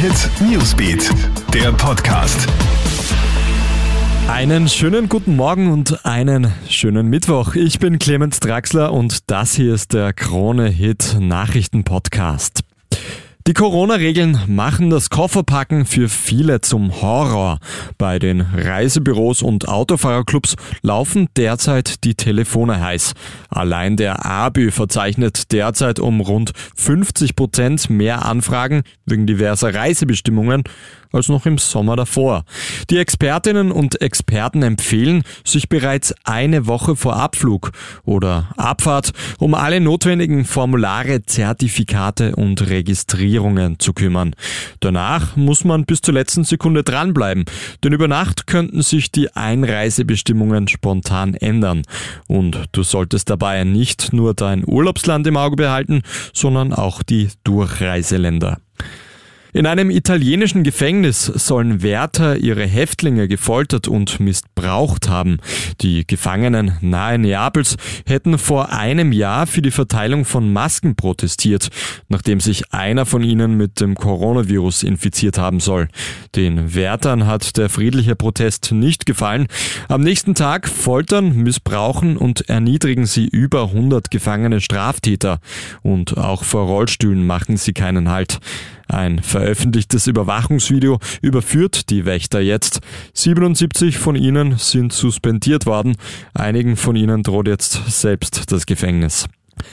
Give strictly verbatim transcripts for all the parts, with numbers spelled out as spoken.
Hit Newsbeat, der Podcast. Einen schönen guten Morgen und einen schönen Mittwoch. Ich bin Clemens Draxler und das hier ist der Krone Hit Nachrichten-Podcast. Die Corona-Regeln machen das Kofferpacken für viele zum Horror. Bei den Reisebüros und Autofahrerclubs laufen derzeit die Telefone heiß. Allein der A B Ü verzeichnet derzeit um rund fünfzig Prozent mehr Anfragen wegen diverser Reisebestimmungen als noch im Sommer davor. Die Expertinnen und Experten empfehlen, sich bereits eine Woche vor Abflug oder Abfahrt um alle notwendigen Formulare, Zertifikate und Registrierungen zu kümmern. Danach muss man bis zur letzten Sekunde dranbleiben, denn über Nacht könnten sich die Einreisebestimmungen spontan ändern. Und du solltest dabei nicht nur dein Urlaubsland im Auge behalten, sondern auch die Durchreiseländer. In einem italienischen Gefängnis sollen Wärter ihre Häftlinge gefoltert und missbraucht haben. Die Gefangenen nahe Neapels hätten vor einem Jahr für die Verteilung von Masken protestiert, nachdem sich einer von ihnen mit dem Coronavirus infiziert haben soll. Den Wärtern hat der friedliche Protest nicht gefallen. Am nächsten Tag foltern, missbrauchen und erniedrigen sie über hundert gefangene Straftäter. Und auch vor Rollstühlen machen sie keinen Halt. Ein veröffentlichtes Überwachungsvideo überführt die Wächter jetzt. siebenundsiebzig von ihnen sind suspendiert worden. Einigen von ihnen droht jetzt selbst das Gefängnis.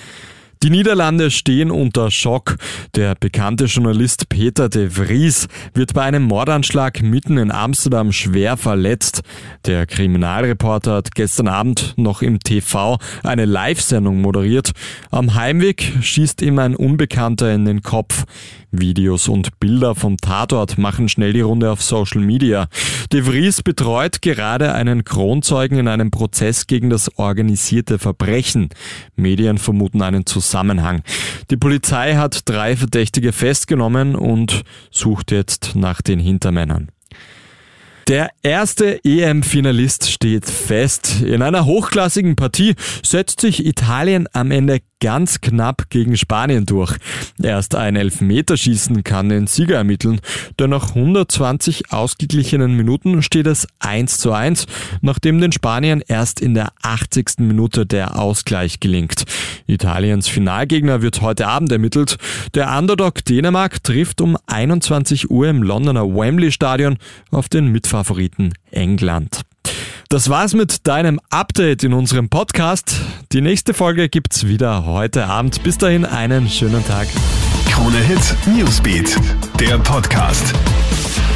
Die Niederlande stehen unter Schock. Der bekannte Journalist Peter de Vries wird bei einem Mordanschlag mitten in Amsterdam schwer verletzt. Der Kriminalreporter hat gestern Abend noch im T V eine Live-Sendung moderiert. Am Heimweg schießt ihm ein Unbekannter in den Kopf. Videos und Bilder vom Tatort machen schnell die Runde auf Social Media. De Vries betreut gerade einen Kronzeugen in einem Prozess gegen das organisierte Verbrechen. Medien vermuten einen Zusammenhang. Die Polizei hat drei Verdächtige festgenommen und sucht jetzt nach den Hintermännern. Der erste E M-Finalist steht fest. In einer hochklassigen Partie setzt sich Italien am Ende ganz knapp gegen Spanien durch. Erst ein Elfmeterschießen kann den Sieger ermitteln, denn nach hundertzwanzig ausgeglichenen Minuten steht es eins zu eins, nachdem den Spaniern erst in der achtzigsten Minute der Ausgleich gelingt. Italiens Finalgegner wird heute Abend ermittelt. Der Underdog Dänemark trifft um einundzwanzig Uhr im Londoner Wembley Stadion auf den Mitfavoriten England. Das war's mit deinem Update in unserem Podcast. Die nächste Folge gibt's wieder heute Abend. Bis dahin einen schönen Tag. Krone Hit Newsbeat, der Podcast.